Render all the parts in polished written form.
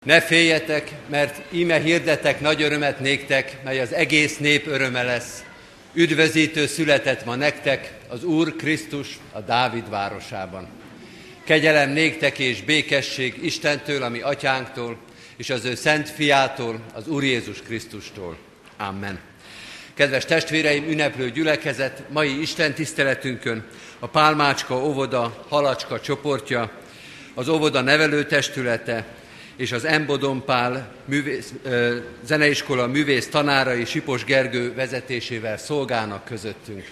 Ne féljetek, mert íme hirdetek nagy örömet néktek, mely az egész nép öröme lesz. Üdvözítő született ma nektek, az Úr Krisztus a Dávid városában. Kegyelem néktek és békesség Istentől, a mi atyánktól, és az ő szent fiától, az Úr Jézus Krisztustól. Amen. Kedves testvéreim, ünneplő gyülekezet, mai Isten tiszteletünkön a Pálmácska óvoda Halacska csoportja, az óvoda nevelőtestülete és az M. Bodon Pál zeneiskola művész tanárai Sipos Gergő vezetésével szolgálnak közöttünk.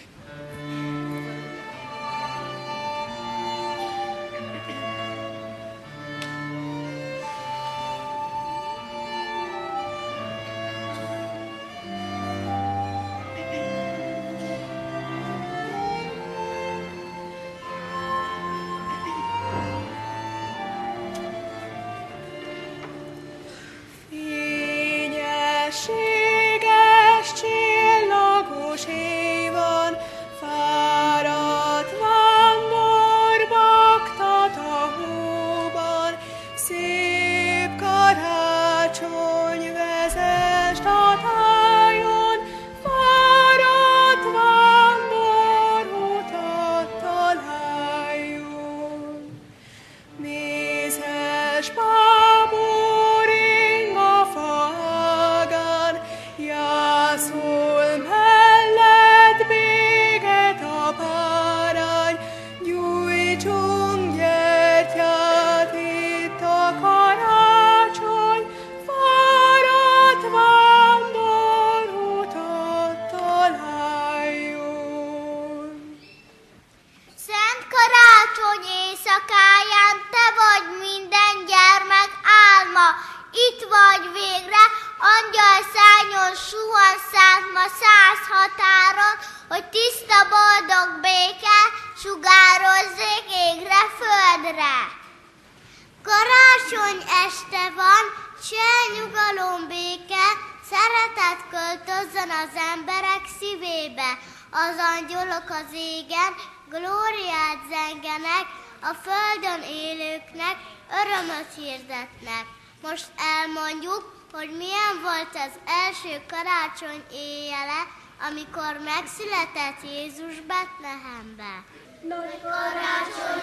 Karácsony este van, cseh nyugalom béke, szeretet költözzön az emberek szívébe. Az angyalok az égen glóriát zengenek, a földön élőknek örömöt hirdetnek. Most elmondjuk, hogy milyen volt az első karácsony éjjele, amikor megszületett Jézus Betlehembe. Nagy karácsony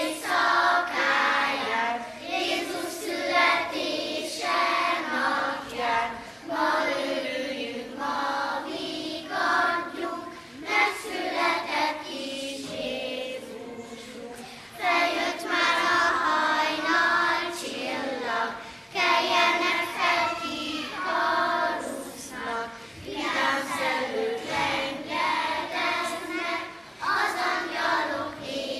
éjszakáján, Jézus születése napján, ma örüljünk, ma vigadjunk, megszületett is Jézusunk. Feljött már a hajnal csillag, keljenek fel, kik alusznak, vidám szellők lengyeleznek, az angyalok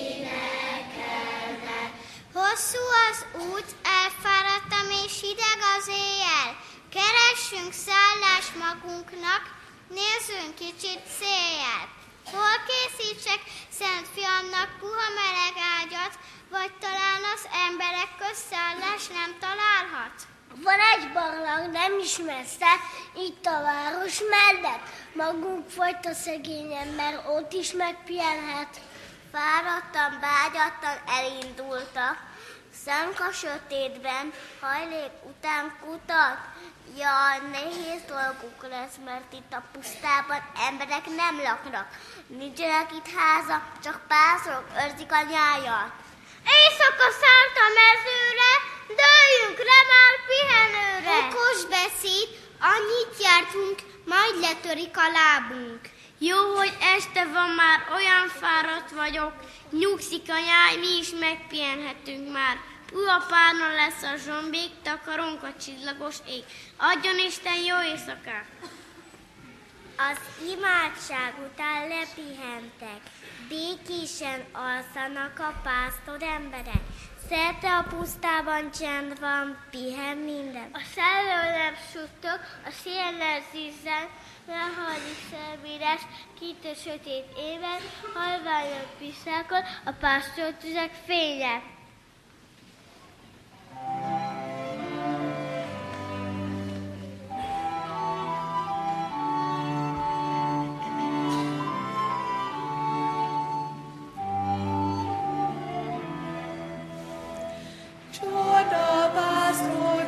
énekelnek. Hosszú az út, elfáradtam és hideg az éjjel. Keressünk szállást magunknak, nézzünk kicsit széjjel. Hol készítsek Szent Fiamnak puha meleg ágyat, vagy talán az emberek közt szállást nem találhat? Van egy barlang, nem is messze, itt a város mellett. Magunk folyt a szegényen, mert ott is megpihenhet. Fáradtan, bágyattan elindultak, szemk a sötétben, hajlék után kutat. Jaj, nehéz dolguk lesz, mert itt a pusztában emberek nem laknak. Nincsenek itt háza, csak pásztorok őrzik a nyájat. Éjszaka szállt a mezőre, dőljünk le már pihenőre. Okos beszéd, annyit jártunk, majd letörik a lábunk. Jó, hogy este van már, olyan fáradt vagyok, nyugszik a nyáj, mi is megpihenhetünk már. Puha párna lesz a zsombék, takarónk a csillagos ég. Adjon Isten jó éjszakát! Az imádság után lepihentek, békésen alszanak a pásztor emberek. Szerte a pusztában csend van, pihen minden. A szellő nem suttog, a szél nem zizzel, lehajlik szelbírás, kitő sötét éven, halványon piszálkod, a pásztortüzek fénye. Csoda pásztor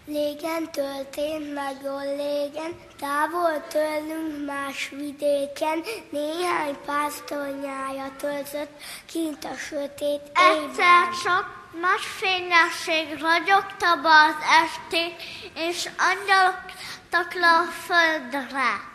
Légen történt nagyon légen, távol tőlünk más vidéken, néhány pásztornyája töltött kint a sötét éjben. Egyszer csak nagy fényesség ragyogta be az estét, és angyalok adtak le a földre.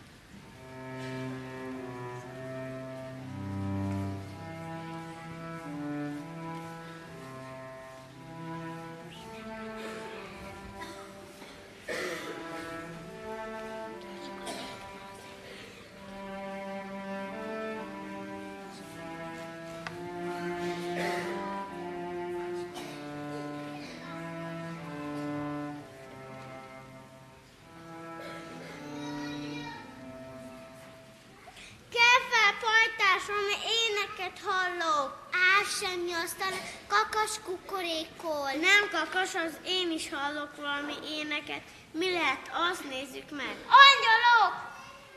Ami éneket hallok. Áll semmi, aztán kakas kukorékol. Nem kakas, az én is hallok valami éneket. Mi lehet, azt nézzük meg. Angyalok!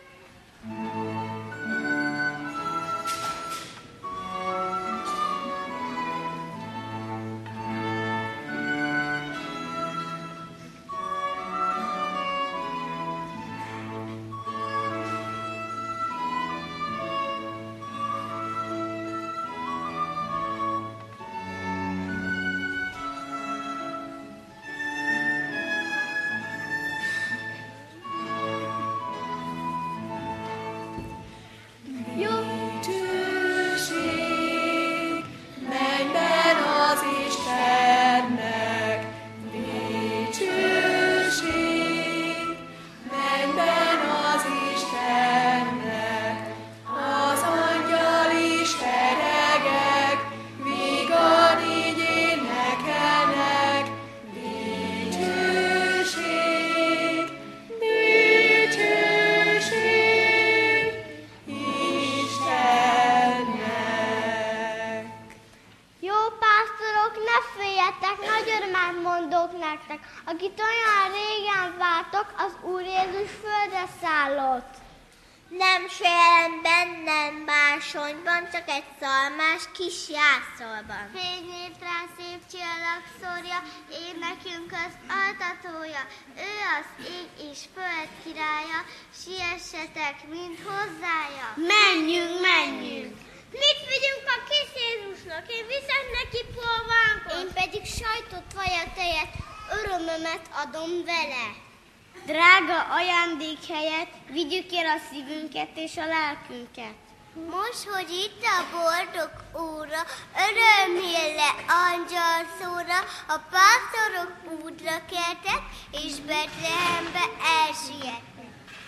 Akit olyan régen vártok, az Úr Jézus földre szállott. Nem sérelemben, nem bársonyban, csak egy szalmás kis jászolban. Fényét rá szép csillag szórja, énekünk az altatója. Ő az ég és föld királya, siessetek, mint hozzája. Menjünk, menjünk! Mit vigyünk a kis Jézusnak? Én viszek neki polvánkot. Én pedig sajtot, vajat, tejet, örömömet adom vele. Drága ajándék helyett vigyük el a szívünket és a lelkünket. Most, hogy itt a boldog óra, örömhírle angyal szóra, a pásztorok útra keltek, és Betlehembe elsiettek.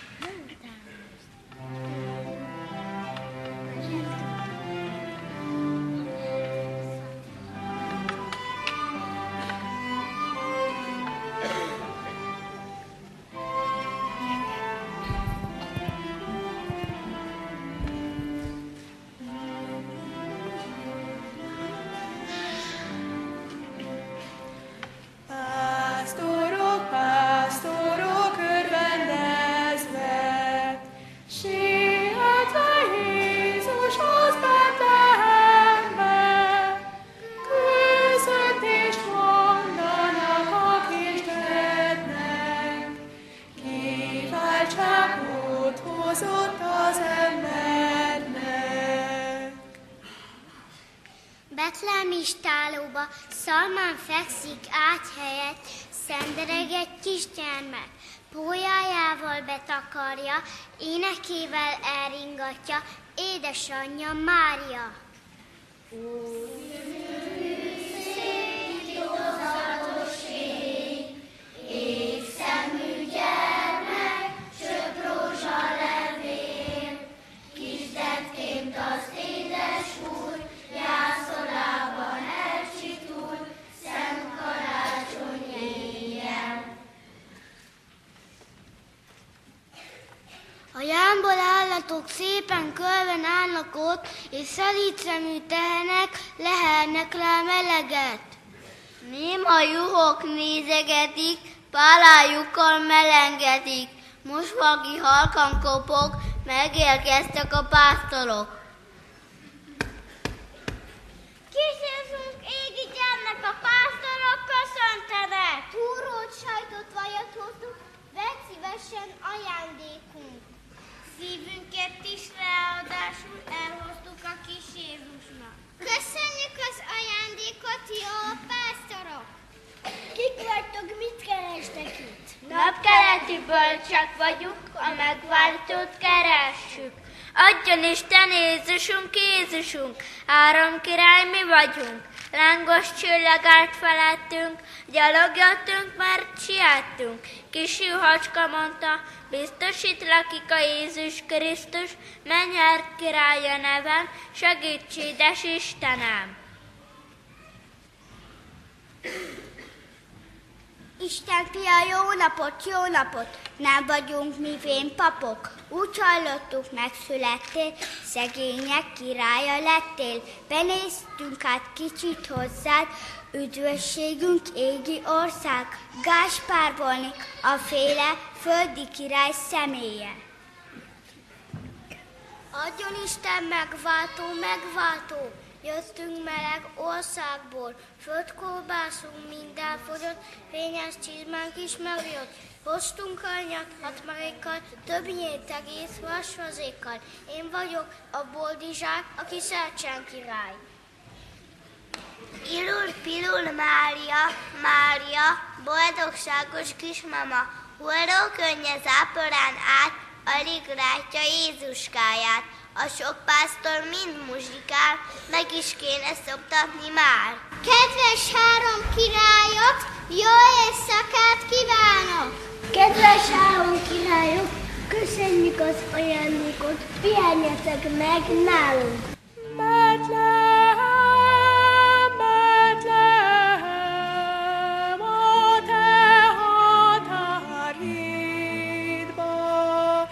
Pásztorok örvendezve, sietve Jézushoz Betlehembe, köszöntést mondanak a kisgyermeknek, kiváltságot hozott az embernek. Betlehemi stálóba szalmán fekszik ágy helyett, szendereg egy kisgyermek, pólyájával betakarja, énekével elringatja édesanyja Mária. Égszemű gyermek, csöpp rózsalevél, kisdetként az édes úr, jászolában elcsitul, szent karácsony éjjel. A jámból állatok szépen körben állnak ott, és szelídszemű tehenek lehelnek rá meleget. Néma juhok nézegetik, pálájukkal melengedik. Most valaki halkan kopog, megérkeztek a pásztorok. Kis Jézusunk égi gyermek, a pásztorok köszöntenek! Túrót, sajt napkeleti bölcsek vagyunk, a megváltót keressük. Adjon Isten Jézusunk, három király mi vagyunk. Lángos csillag állt felettünk, gyalog jöttünk, mert sietünk. Kis juhacska mondta, biztos itt lakik a Jézus Krisztus, mennyert királya nevem, segíts édes Istenem! Isten fia, jó napot! Nem vagyunk mi vén papok. Úgy hallottuk, megszülettél, szegények királya lettél. Benéztünk át kicsit hozzád, üdvösségünk égi ország. Gáspár volnik a féle földi király személye. Adjon Isten megváltó, jöttünk meleg országból, földkolbászunk minden fogyott, fényes csizmánk is megjött. Hoztunk anyat, 6 marékkal, többnyét egész vasfazékkal. Én vagyok a boldizsák, aki Szercsen király. Ilul-pilul Mária, boldogságos kismama, hulló könnye záporán át, alig látja Jézuskáját. A sok pásztor mind muzsikál, meg is kéne szoptatni már. Kedves három királyok, jó éjszakát kívánok! Kedves három királyok, köszönjük az ajándékot, pihenjetek meg nálunk! Betlehem, Betlehem, a te határhídba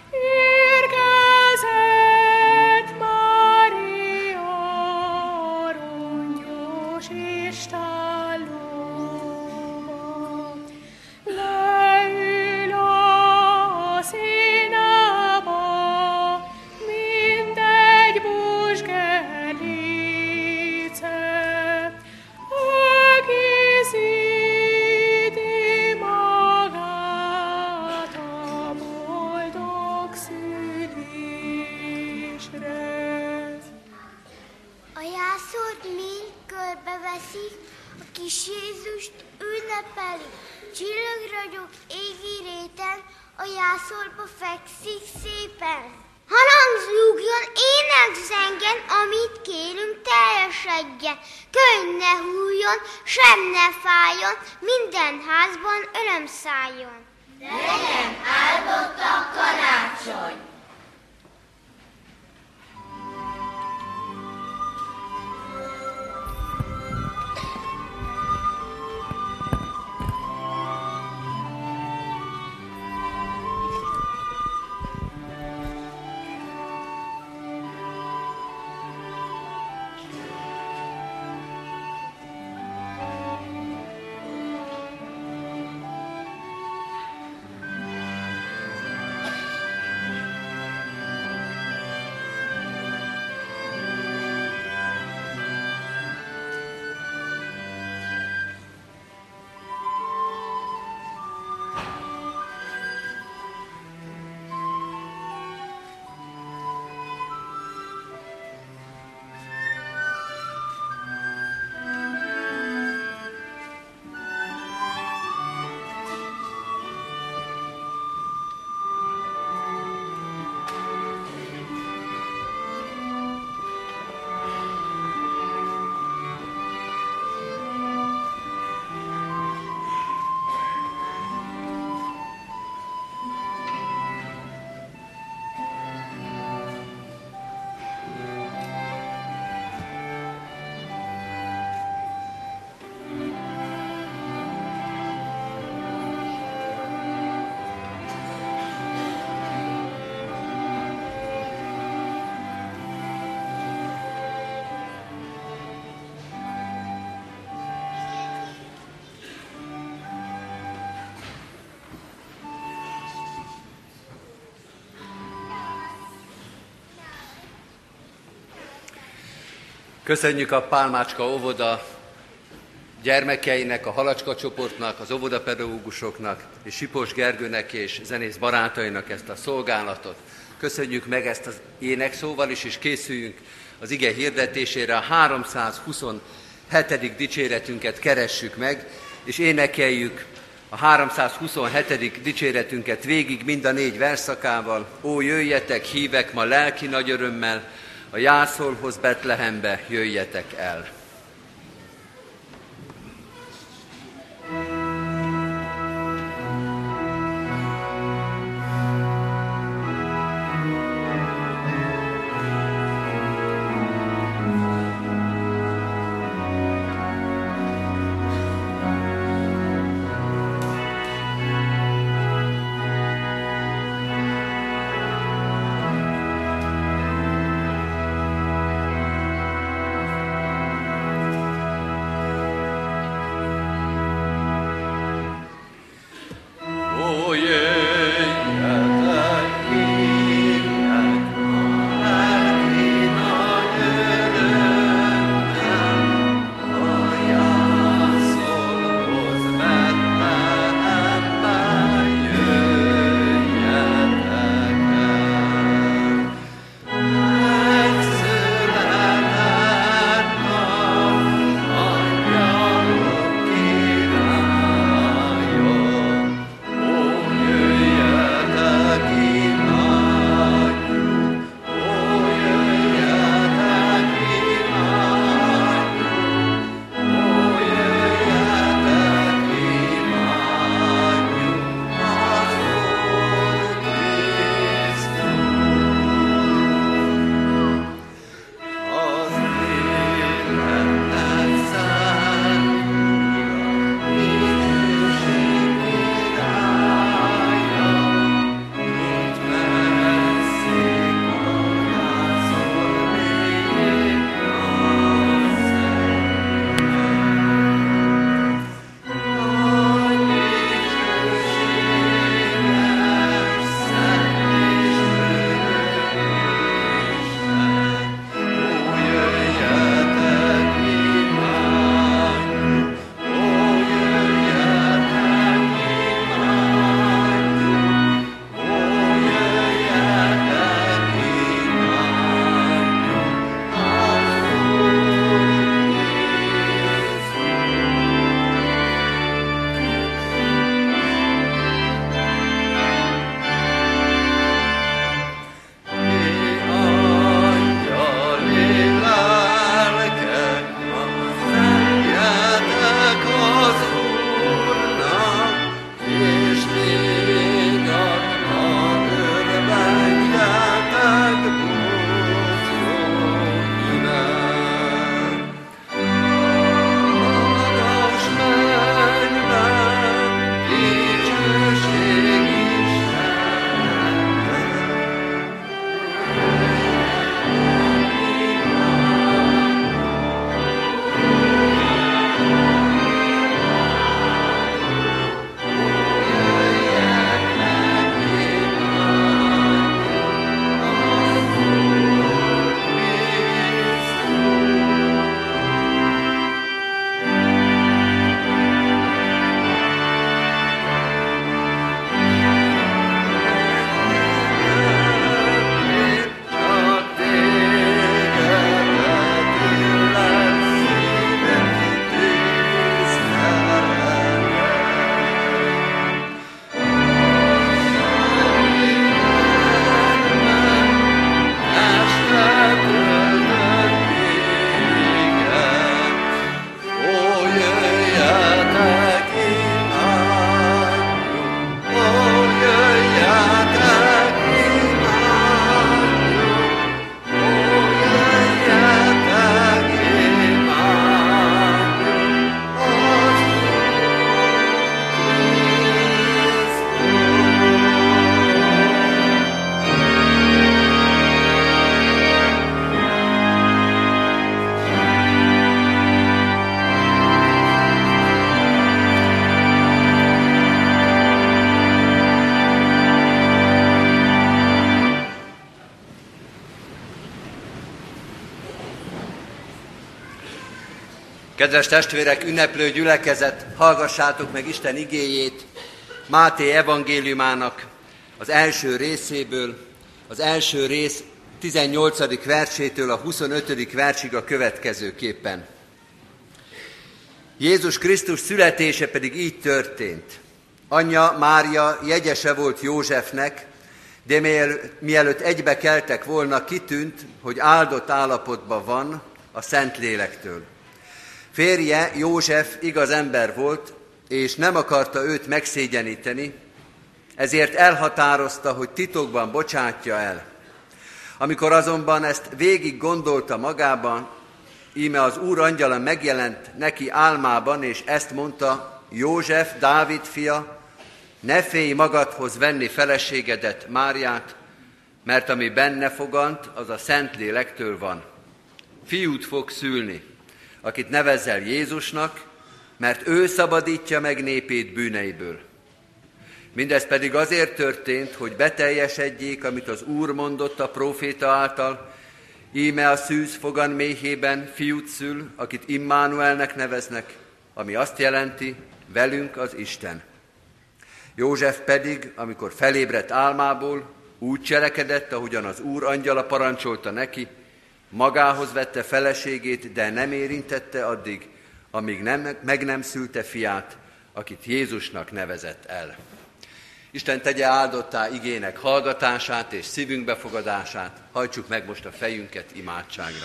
érkezett Mária, rongyos istállóba. Leül a színába, mindegy buzsgerice, egészíti magát a boldog szülésre. A jászort mind körbeveszik, a kis Jézust ünnepelik. Csillagragyog égi réten, a jászorba fekszik szépen. Harang zúgjon, ének zengen, amit kérünk teljesedjen. Könyv ne hújjon, sem ne fájjon, minden házban öröm szálljon. Legyen áldott a karácsony! Köszönjük a Pálmácska óvoda gyermekeinek, a Halacska csoportnak, az óvodapedagógusoknak, és Sipos Gergőnek és zenész barátainak ezt a szolgálatot. Köszönjük meg ezt az énekszóval is, és készüljünk az ige hirdetésére. A 327. dicséretünket keressük meg, és énekeljük a 327. dicséretünket végig mind a 4 versszakával. Ó, jöjjetek, hívek ma lelki nagy örömmel, a jászolhoz Betlehembe jöjjetek el. Kedves testvérek, ünneplő gyülekezet, hallgassátok meg Isten igéjét Máté evangéliumának az első részéből, az első rész 18. versétől a 25. versig a következőképpen. Jézus Krisztus születése pedig így történt. Anyja Mária jegyese volt Józsefnek, de mielőtt egybe keltek volna, kitűnt, hogy áldott állapotban van a Szentlélektől. Férje József igaz ember volt, és nem akarta őt megszégyeníteni, ezért elhatározta, hogy titokban bocsátja el. Amikor azonban ezt végig gondolta magában, íme az Úr angyala megjelent neki álmában, és ezt mondta: József, Dávid fia, ne félj magadhoz venni feleségedet, Máriát, mert ami benne fogant, az a Szentlélektől van. Fiút fog szülni, akit nevezzel Jézusnak, mert ő szabadítja meg népét bűneiből. Mindez pedig azért történt, hogy beteljesedjék, amit az Úr mondott a próféta által: íme a szűz fogan méhében fiút szül, akit Immanuelnek neveznek, ami azt jelenti, velünk az Isten. József pedig, amikor felébredt álmából, úgy cselekedett, ahogyan az Úr angyala parancsolta neki, magához vette feleségét, de nem érintette addig, amíg meg nem szülte fiát, akit Jézusnak nevezett el. Isten tegye áldottá igének hallgatását és szívünk befogadását, hajtsuk meg most a fejünket imádságra.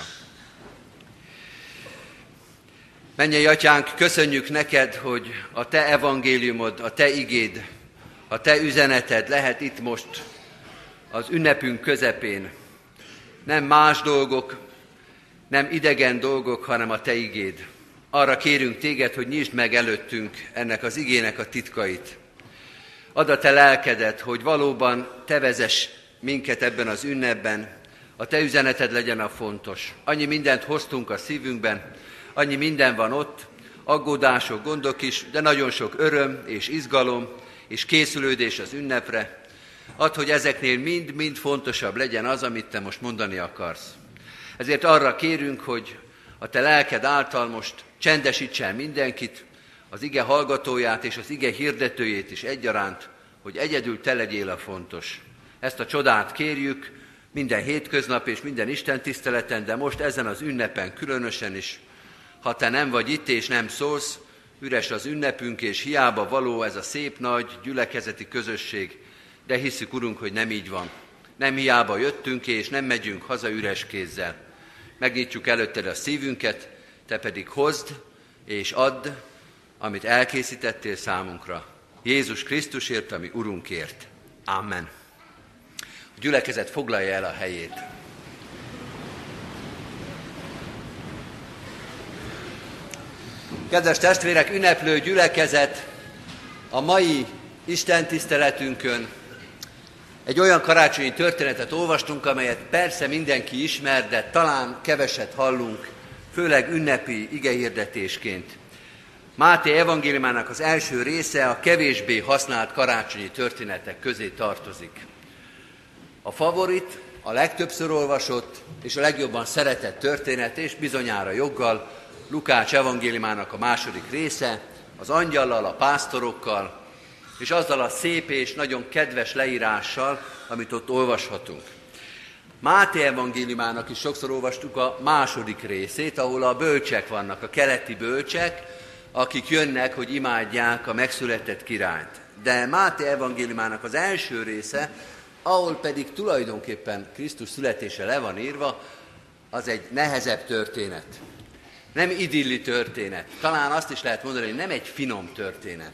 Mennyei Atyánk, köszönjük neked, hogy a te evangéliumod, a te igéd, a te üzeneted lehet itt most az ünnepünk közepén. Nem más dolgok, nem idegen dolgok, hanem a te igéd. Arra kérünk téged, hogy nyisd meg előttünk ennek az igének a titkait. Add a te lelkedet, hogy valóban te vezess minket ebben az ünnepben, a te üzeneted legyen a fontos. Annyi mindent hoztunk a szívünkben, annyi minden van ott, aggódások, gondok is, de nagyon sok öröm és izgalom és készülődés az ünnepre. Add, hogy ezeknél mind fontosabb legyen az, amit te most mondani akarsz. Ezért arra kérünk, hogy a te lelked által most csendesítsen mindenkit, az ige hallgatóját és az ige hirdetőjét is egyaránt, hogy egyedül te legyél a fontos. Ezt a csodát kérjük minden hétköznap és minden istentiszteleten, de most ezen az ünnepen különösen is. Ha te nem vagy itt és nem szólsz, üres az ünnepünk, és hiába való ez a szép nagy gyülekezeti közösség, de hiszük, Urunk, hogy nem így van. Nem hiába jöttünk, és nem megyünk haza üres kézzel. Megnyitjuk előtted a szívünket, te pedig hozd és add, amit elkészítettél számunkra. Jézus Krisztusért, ami Urunkért. Amen. A gyülekezet foglalja el a helyét. Kedves testvérek, ünneplő gyülekezet, a mai istentiszteletünkön egy olyan karácsonyi történetet olvastunk, amelyet persze mindenki ismer, de talán keveset hallunk, főleg ünnepi igehirdetésként. Máté evangéliumának az első része a kevésbé használt karácsonyi történetek közé tartozik. A favorit, a legtöbbször olvasott és a legjobban szeretett történet, és bizonyára joggal, Lukács evangéliumának a második része, az angyallal, a pásztorokkal, és azzal a szép és nagyon kedves leírással, amit ott olvashatunk. Máté evangéliumának is sokszor olvastuk a második részét, ahol a bölcsek vannak, a keleti bölcsek, akik jönnek, hogy imádják a megszületett királyt. De Máté evangéliumának az első része, ahol pedig tulajdonképpen Krisztus születése le van írva, az egy nehezebb történet. Nem idilli történet. Talán azt is lehet mondani, hogy nem egy finom történet.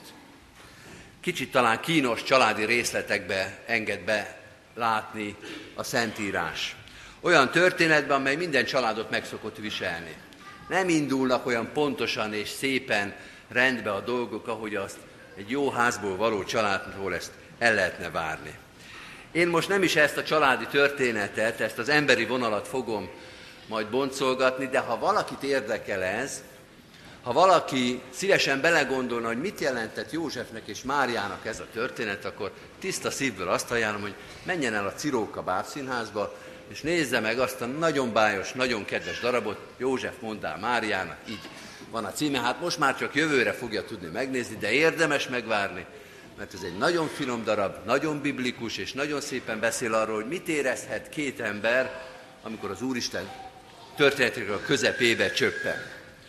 Kicsit talán kínos családi részletekbe enged be látni a Szentírás. Olyan történetben, amely minden családot meg szokott viselni. Nem indulnak olyan pontosan és szépen rendbe a dolgok, ahogy azt egy jó házból való családról ezt el lehetne várni. Én most nem is ezt a családi történetet, ezt az emberi vonalat fogom majd boncolgatni, de ha valakit érdekel ez, ha valaki szívesen belegondolna, hogy mit jelentett Józsefnek és Máriának ez a történet, akkor tiszta szívből azt ajánlom, hogy menjen el a Ciróka Bábszínházba, és nézze meg azt a nagyon bájos, nagyon kedves darabot, József mondál Máriának, így van a címe. Hát most már csak jövőre fogja tudni megnézni, de érdemes megvárni, mert ez egy nagyon finom darab, nagyon biblikus, és nagyon szépen beszél arról, hogy mit érezhet két ember, amikor az Úristen történetének a közepébe csöppen.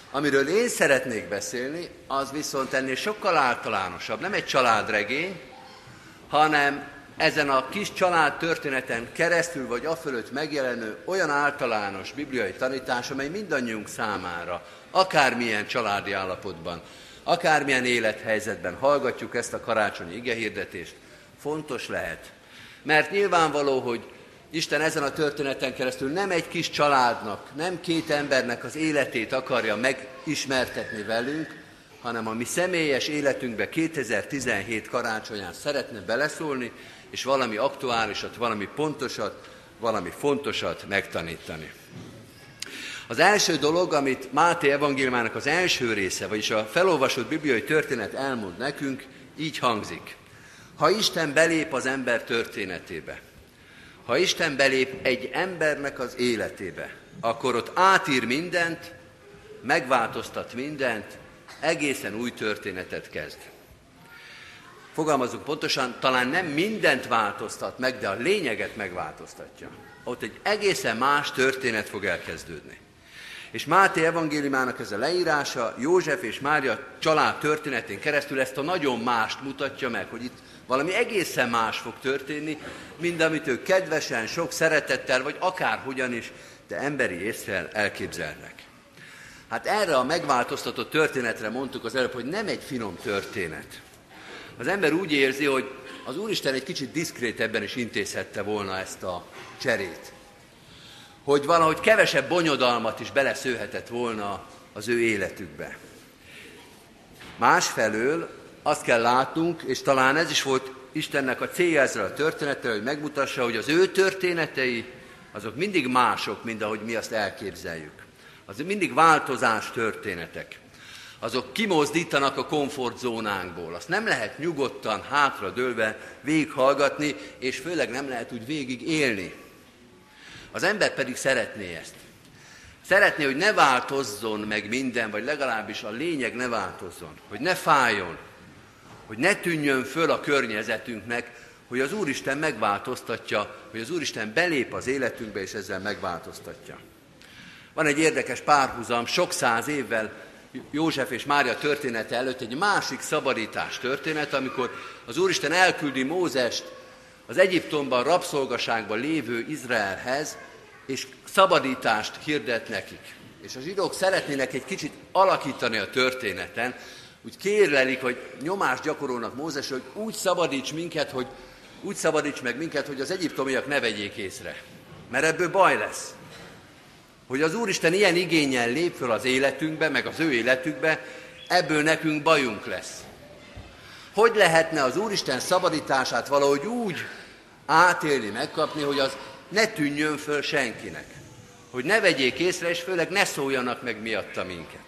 Amiről én szeretnék beszélni, az viszont ennél sokkal általánosabb. Nem egy családregény, hanem ezen a kis család történeten keresztül vagy afölött megjelenő olyan általános bibliai tanítás, amely mindannyiunk számára, akármilyen családi állapotban, akármilyen élethelyzetben hallgatjuk ezt a karácsonyi igehirdetést, fontos lehet. Mert nyilvánvaló, hogy Isten ezen a történeten keresztül nem egy kis családnak, nem két embernek az életét akarja megismertetni velünk, hanem a mi személyes életünkbe 2017 karácsonyán szeretne beleszólni, és valami aktuálisat, valami pontosat, valami fontosat megtanítani. Az első dolog, amit Máté evangéliumának az első része, vagyis a felolvasott bibliai történet elmond nekünk, így hangzik. Ha Isten belép az ember történetébe, ha Isten belép egy embernek az életébe, akkor ott átír mindent, megváltoztat mindent, egészen új történetet kezd. Fogalmazunk pontosan, talán nem mindent változtat meg, de a lényeget megváltoztatja. Ott egy egészen más történet fog elkezdődni. És Máté evangéliumának ez a leírása József és Mária család történetén keresztül ezt a nagyon mást mutatja meg, hogy itt valami egészen más fog történni, mint amit ők kedvesen, sok szeretettel, vagy akárhogyan is, de emberi észrel elképzelnek. Hát erre a megváltoztatott történetre mondtuk az előbb, hogy nem egy finom történet. Az ember úgy érzi, hogy az Úristen egy kicsit diszkrétebben is intézhette volna ezt a cserét. Hogy valahogy kevesebb bonyodalmat is beleszőhetett volna az ő életükbe. Másfelől azt kell látnunk, és talán ez is volt Istennek a célja ezzel a történettel, hogy megmutassa, hogy az ő történetei, azok mindig mások, mint ahogy mi azt elképzeljük. Azok mindig változás történetek. Azok kimozdítanak a komfortzónánkból. Azt nem lehet nyugodtan, hátradőlve végighallgatni, és főleg nem lehet úgy végig élni. Az ember pedig szeretné ezt. Szeretné, hogy ne változzon meg minden, vagy legalábbis a lényeg ne változzon, hogy ne fájjon, hogy ne tűnjön föl a környezetünknek, hogy az Úristen megváltoztatja, hogy az Úristen belép az életünkbe, és ezzel megváltoztatja. Van egy érdekes párhuzam, sok száz évvel József és Mária története előtt egy másik szabadítás történet, amikor az Úristen elküldi Mózest az Egyiptomban rabszolgaságban lévő Izraelhez, és szabadítást hirdet nekik. És a zsidók szeretnének egy kicsit alakítani a történeten, úgy kérlelik, hogy nyomást gyakorolnak Mózesre, hogy úgy szabadíts meg minket, hogy az egyiptomiak ne vegyék észre. Mert ebből baj lesz. Hogy az Úristen ilyen igénnyel lép föl az életünkbe, meg az ő életükbe, ebből nekünk bajunk lesz. Hogy lehetne az Úristen szabadítását valahogy úgy átélni, megkapni, hogy az ne tűnjön föl senkinek. Hogy ne vegyék észre, és főleg ne szóljanak meg miatta minket.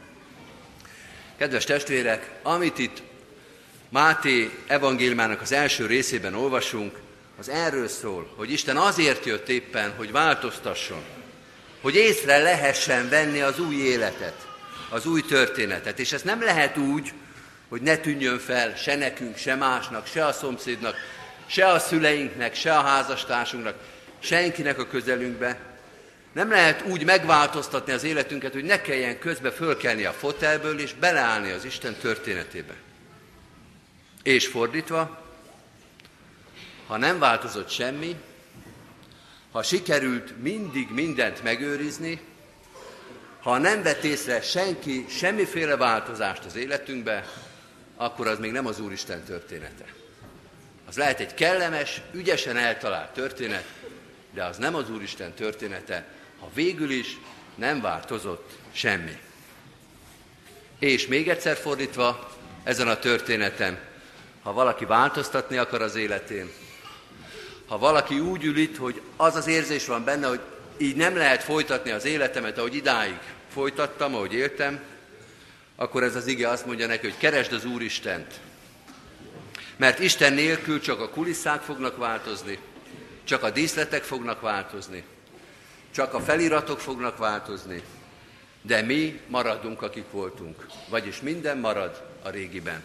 Kedves testvérek, amit itt Máté evangéliumának az első részében olvasunk, az erről szól, hogy Isten azért jött éppen, hogy változtasson, hogy észre lehessen venni az új életet, az új történetet. És ez nem lehet úgy, hogy ne tűnjön fel se nekünk, se másnak, se a szomszédnak, se a szüleinknek, se a házastársunknak, senkinek a közelünkbe. Nem lehet úgy megváltoztatni az életünket, hogy ne kelljen közbe fölkelni a fotelből és beleállni az Isten történetébe. És fordítva, ha nem változott semmi, ha sikerült mindig mindent megőrizni, ha nem vett észre senki semmiféle változást az életünkbe, akkor az még nem az Úristen története. Az lehet egy kellemes, ügyesen eltalált történet, de az nem az Úristen története, ha végül is nem változott semmi. És még egyszer fordítva, ezen a történeten, ha valaki változtatni akar az életén, ha valaki úgy ül itt, hogy az az érzés van benne, hogy így nem lehet folytatni az életemet, ahogy idáig folytattam, ahogy éltem, akkor ez az ige azt mondja neki, hogy keresd az Úristent. Mert Isten nélkül csak a kulisszák fognak változni, csak a díszletek fognak változni, csak a feliratok fognak változni, de mi maradunk, akik voltunk. Vagyis minden marad a régiben.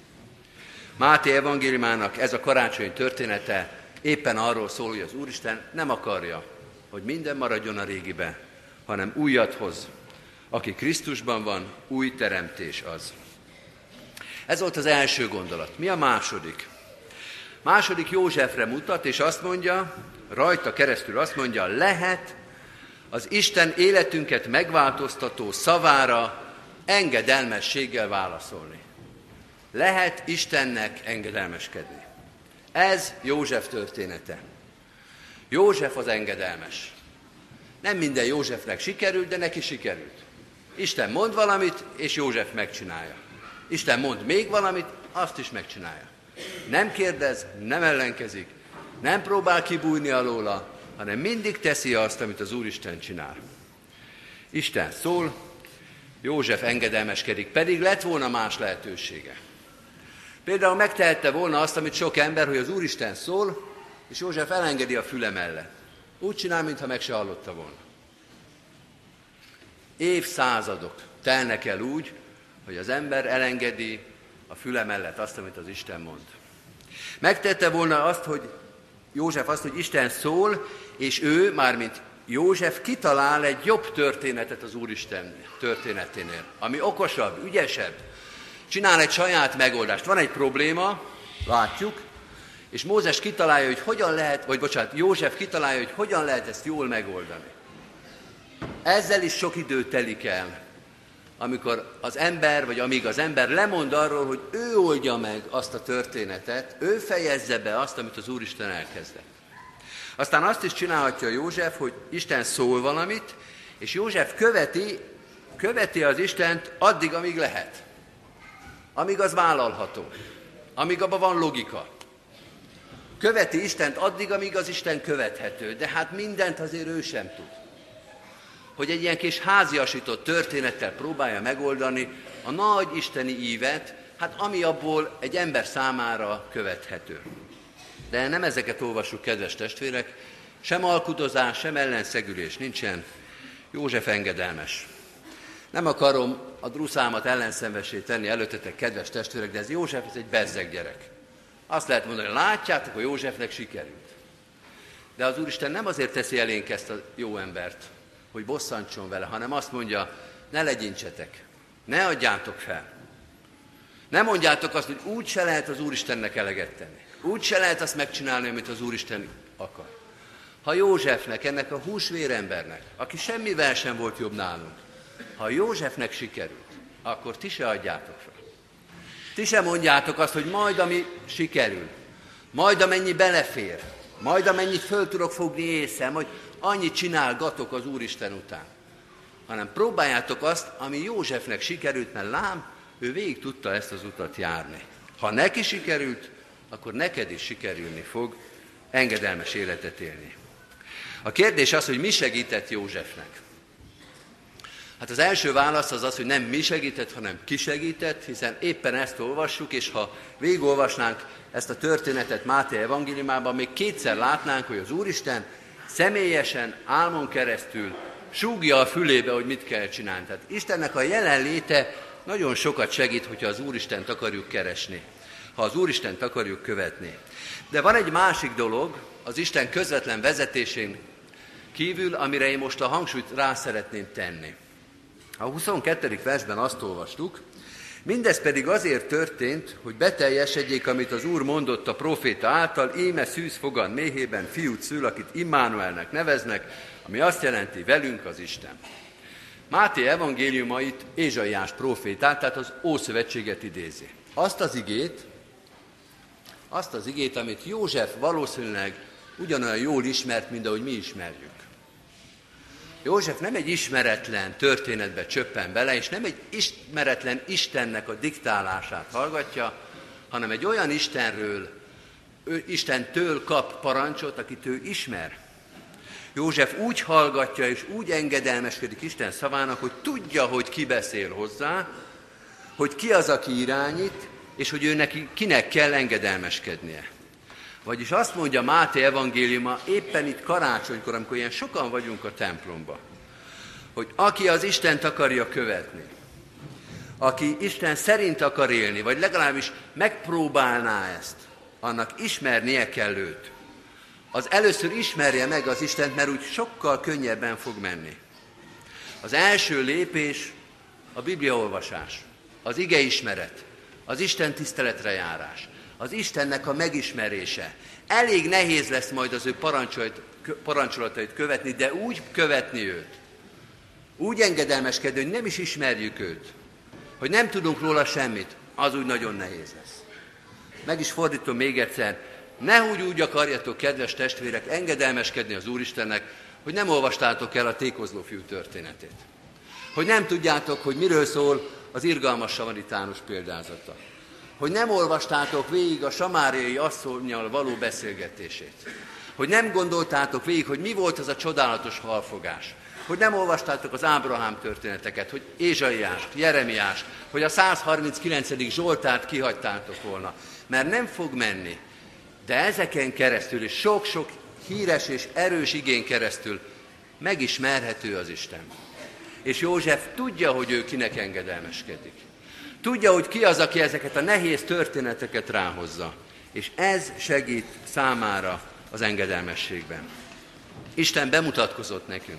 Máté evangéliumának ez a karácsonyi története éppen arról szól, hogy az Úristen nem akarja, hogy minden maradjon a régiben, hanem újat hoz. Aki Krisztusban van, új teremtés az. Ez volt az első gondolat. Mi a második? Második Józsefre mutat, és azt mondja, rajta keresztül azt mondja, lehet az Isten életünket megváltoztató szavára engedelmességgel válaszolni. Lehet Istennek engedelmeskedni. Ez József története. József az engedelmes. Nem minden Józsefnek sikerült, de neki sikerült. Isten mond valamit, és József megcsinálja. Isten mond még valamit, azt is megcsinálja. Nem kérdez, nem ellenkezik, nem próbál kibújni alóla, hanem mindig teszi azt, amit az Úristen csinál. Isten szól, József engedelmeskedik, pedig lett volna más lehetősége. Például megtehette volna azt, amit sok ember, hogy az Úristen szól, és József elengedi a füle mellett. Úgy csinál, mintha meg se hallotta volna. Évszázadok telnek el úgy, hogy az ember elengedi a füle mellett azt, amit az Isten mond. Megtette volna azt, hogy József azt, hogy Isten szól, és ő, mármint József kitalál egy jobb történetet az Úristen történeténél, ami okosabb, ügyesebb. Csinál egy saját megoldást. Van egy probléma, látjuk, és Mózes kitalálja, hogy hogyan lehet, József kitalálja, hogy hogyan lehet ezt jól megoldani. Ezzel is sok idő telik el, amikor az ember, vagy amíg az ember lemond arról, hogy ő oldja meg azt a történetet, ő fejezze be azt, amit az Úristen elkezdett. Aztán azt is csinálhatja József, hogy Isten szól valamit, és József követi az Istent addig, amíg lehet. Amíg az vállalható. Amíg abban van logika. Követi Istent addig, amíg az Isten követhető. De hát mindent azért ő sem tud. Hogy egy ilyen kis háziasított történettel próbálja megoldani a nagy isteni ívet, hát ami abból egy ember számára követhető. De nem ezeket olvassuk, kedves testvérek, sem alkudozás, sem ellenszegülés nincsen. József engedelmes. Nem akarom a druszámat ellenszenvessé tenni előttetek, kedves testvérek, de ez József, ez egy bezzeg gyerek. Azt lehet mondani, látjátok, hogy Józsefnek sikerült. De az Úristen nem azért teszi elénk ezt a jó embert, hogy bosszantson vele, hanem azt mondja, ne legyintsetek, ne adjátok fel. Ne mondjátok azt, hogy úgy se lehet az Úristennek eleget tenni. Úgy se lehet azt megcsinálni, amit az Úristen akar. Ha Józsefnek, ennek a húsvérembernek, aki semmivel sem volt jobb nálunk, ha Józsefnek sikerült, akkor ti se adjátok fel. Ti se mondjátok azt, hogy majd ami sikerül, majd amennyi belefér, majd amennyit föl tudok fogni észre, hogy annyit csinálgatok az Úristen után. Hanem próbáljátok azt, ami Józsefnek sikerült, mert lám, ő végig tudta ezt az utat járni. Ha neki sikerült, akkor neked is sikerülni fog engedelmes életet élni. A kérdés az, hogy mi segített Józsefnek. Hát az első válasz az az, hogy nem mi segített, hanem ki segített, hiszen éppen ezt olvassuk, és ha végigolvasnánk ezt a történetet Máté evangéliumában, még kétszer látnánk, hogy az Úristen személyesen, álmon keresztül súgja a fülébe, hogy mit kell csinálni. Tehát Istennek a jelenléte nagyon sokat segít, hogyha az Úristent akarjuk keresni, ha az Úristent akarjuk követni. De van egy másik dolog, az Isten közvetlen vezetésén kívül, amire én most a hangsúlyt rá szeretném tenni. A 22. versben azt olvastuk, mindez pedig azért történt, hogy beteljesedjék, amit az Úr mondott a próféta által, íme szűz fogan méhében fiút szül, akit Immanuelnek neveznek, ami azt jelenti, velünk az Isten. Máté evangéliuma itt Ézsaiás prófétát, tehát az Ószövetséget idézi. Azt az igét, amit József valószínűleg ugyanolyan jól ismert, mint ahogy mi ismerjük. József nem egy ismeretlen történetbe csöppen bele, és nem egy ismeretlen Istennek a diktálását hallgatja, hanem egy olyan Istentől kap parancsot, akit ő ismer. József úgy hallgatja és úgy engedelmeskedik Isten szavának, hogy tudja, hogy ki beszél hozzá, hogy ki az, aki irányít, és hogy ő neki kinek kell engedelmeskednie. Vagyis azt mondja Máté evangéliuma éppen itt karácsonykor, amikor ilyen sokan vagyunk a templomba, hogy aki az Istent akarja követni, aki Isten szerint akar élni, vagy legalábbis megpróbálná ezt, annak ismernie kell őt. Az először ismerje meg az Istent, mert úgy sokkal könnyebben fog menni. Az első lépés a bibliaolvasás, az igeismeret, az Isten tiszteletre járás, az Istennek a megismerése. Elég nehéz lesz majd az ő parancsolatait követni, de úgy követni őt, úgy engedelmeskedni, hogy nem is ismerjük őt, hogy nem tudunk róla semmit, az úgy nagyon nehéz lesz. Meg is fordítom még egyszer, nehogy úgy akarjatok, kedves testvérek, engedelmeskedni az Úristennek, hogy nem olvastátok el a tékozlófiú történetét. Hogy nem tudjátok, hogy miről szól az irgalmas samaritánus példázata. Hogy nem olvastátok végig a samáriai asszonnyal való beszélgetését. Hogy nem gondoltátok végig, hogy mi volt az a csodálatos halfogás. Hogy nem olvastátok az Ábrahám történeteket, hogy Ézsaiást, Jeremiást, hogy a 139. Zsoltárt kihagytátok volna. Mert nem fog menni. De ezeken keresztül és sok-sok híres és erős igén keresztül megismerhető az Isten. És József tudja, hogy ő kinek engedelmeskedik. Tudja, hogy ki az, aki ezeket a nehéz történeteket ráhozza. És ez segít számára az engedelmességben. Isten bemutatkozott nekünk.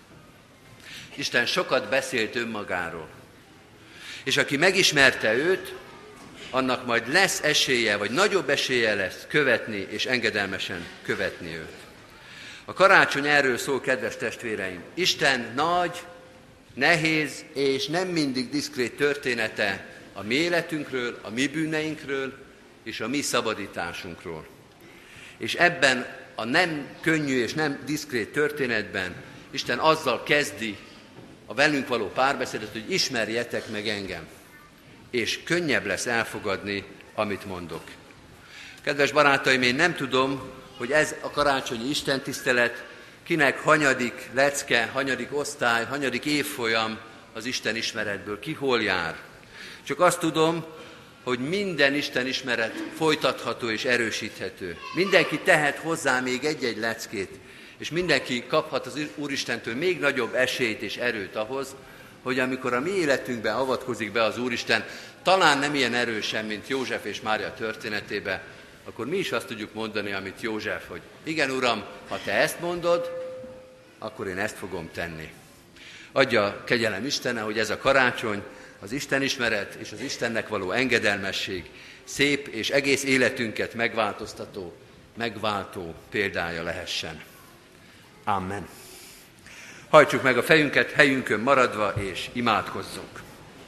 Isten sokat beszélt önmagáról. És aki megismerte őt, annak majd lesz esélye, vagy nagyobb esélye lesz követni és engedelmesen követni őt. A karácsony erről szól, kedves testvéreim. Isten nagy, nehéz és nem mindig diszkrét története a mi életünkről, a mi bűneinkről és a mi szabadításunkról. És ebben a nem könnyű és nem diszkrét történetben Isten azzal kezdi a velünk való párbeszédet, hogy ismerjetek meg engem, és könnyebb lesz elfogadni, amit mondok. Kedves barátaim, én nem tudom, hogy ez a karácsonyi istentisztelet kinek hanyadik lecke, hanyadik osztály, hanyadik évfolyam az Isten ismeretből, ki hol jár. Csak azt tudom, hogy minden Isten ismeret folytatható és erősíthető. Mindenki tehet hozzá még egy-egy leckét, és mindenki kaphat az Úristentől még nagyobb esélyt és erőt ahhoz, hogy amikor a mi életünkbe avatkozik be az Úristen, talán nem ilyen erősen, mint József és Mária történetébe, akkor mi is azt tudjuk mondani, amit József, hogy igen, Uram, ha te ezt mondod, akkor én ezt fogom tenni. Adja kegyelem Istene, hogy ez a karácsony, az Isten ismeret és az Istennek való engedelmesség szép és egész életünket megváltoztató, megváltó példája lehessen. Amen. Hajtsuk meg a fejünket helyünkön maradva, és imádkozzunk.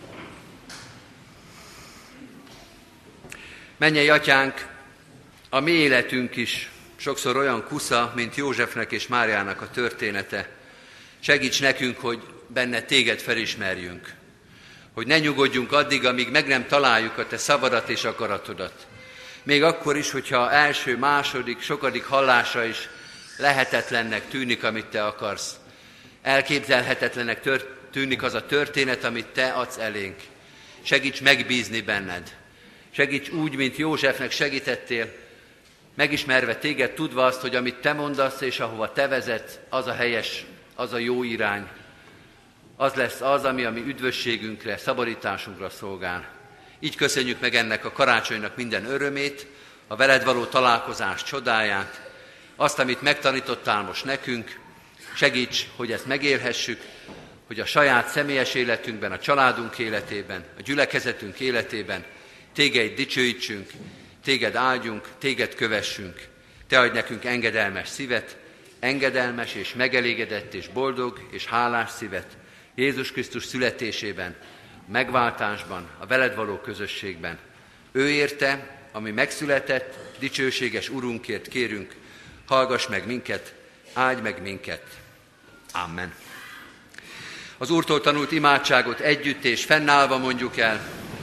Mennyei Atyánk, a mi életünk is sokszor olyan kusza, mint Józsefnek és Máriának a története. Segíts nekünk, hogy benne téged felismerjünk. Hogy ne nyugodjunk addig, amíg meg nem találjuk a te szavadat és akaratodat. Még akkor is, hogyha első, második, sokadik hallása is lehetetlennek tűnik, amit te akarsz. Elképzelhetetlennek tűnik az a történet, amit te adsz elénk. Segíts megbízni benned. Segíts úgy, mint Józsefnek segítettél, megismerve téged, tudva azt, hogy amit te mondasz, és ahova te vezetsz, az a helyes, az a jó irány. Az lesz az, ami a mi üdvösségünkre, szabadításunkra szolgál. Így köszönjük meg ennek a karácsonynak minden örömét, a veled való találkozás csodáját, azt, amit megtanítottál most nekünk. Segíts, hogy ezt megélhessük, hogy a saját személyes életünkben, a családunk életében, a gyülekezetünk életében téged dicsőítsünk, téged áldjunk, téged kövessünk. Te adj nekünk engedelmes szívet, engedelmes és megelégedett és boldog és hálás szívet Jézus Krisztus születésében, megváltásban, a veled való közösségben. Ő érte, ami megszületett, dicsőséges Urunkért kérünk, hallgass meg minket, áldj meg minket. Amen. Az Úrtól tanult imádságot együtt és fennállva mondjuk el.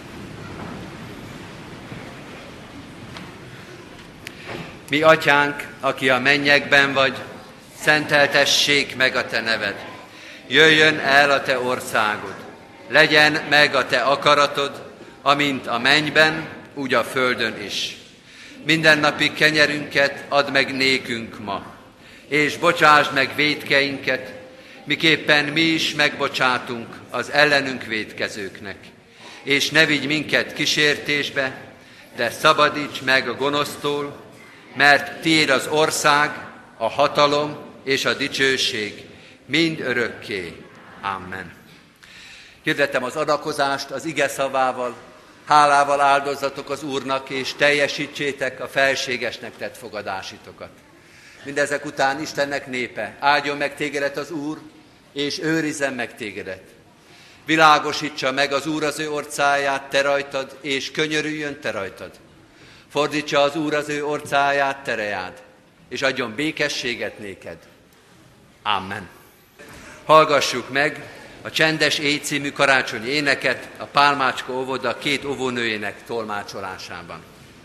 Mi Atyánk, aki a mennyekben vagy, szenteltessék meg a te neved. Jöjjön el a te országod. Legyen meg a te akaratod, amint a mennyben, úgy a földön is. Mindennapi kenyerünket add meg nékünk ma, és bocsásd meg vétkeinket, miképpen mi is megbocsátunk az ellenünk vétkezőknek. És ne vigy minket kísértésbe, de szabadíts meg a gonosztól, mert tiéd az ország, a hatalom és a dicsőség mind örökké. Amen. Hirdettem az adakozást az ige szavával, hálával áldozzatok az Úrnak, és teljesítsétek a felségesnek tett fogadásitokat. Mindezek után Istennek népe, áldjon meg tégedet az Úr, és őrizzen meg tégedet. Világosítsa meg az Úr az ő orcáját te rajtad, és könyörüljön te rajtad. Fordítsa az Úr az ő orcáját te reád, és adjon békességet néked. Amen. Hallgassuk meg a Csendes éj című karácsonyi éneket a Pálmácska óvoda 2 óvónőjének tolmácsolásában.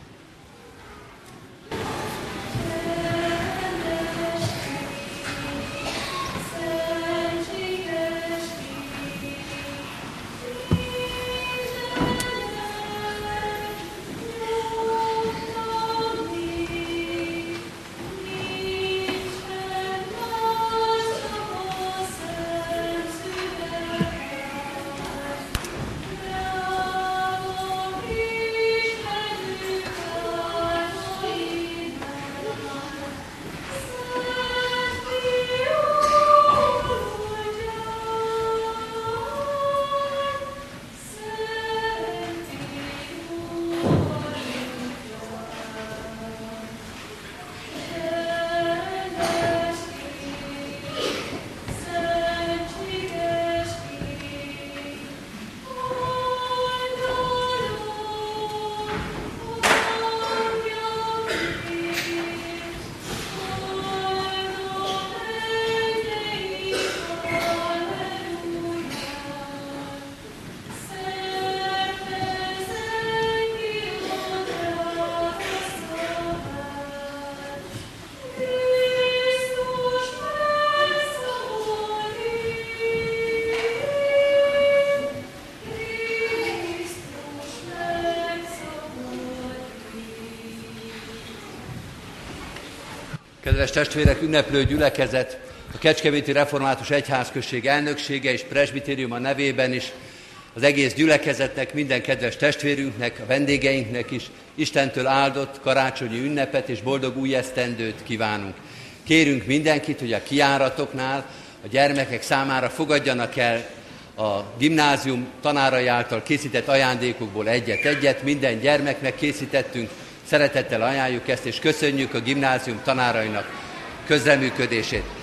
Kedves testvérek, ünneplő gyülekezet, a Kecskeméti Református Egyházközség elnöksége és presbitériuma nevében is az egész gyülekezetnek, minden kedves testvérünknek, a vendégeinknek is Istentől áldott karácsonyi ünnepet és boldog új esztendőt kívánunk. Kérünk mindenkit, hogy a kijáratoknál a gyermekek számára fogadjanak el a gimnázium tanárai által készített ajándékokból egyet-egyet. Minden gyermeknek készítettünk, szeretettel ajánljuk ezt, és köszönjük a gimnázium tanárainak közreműködését.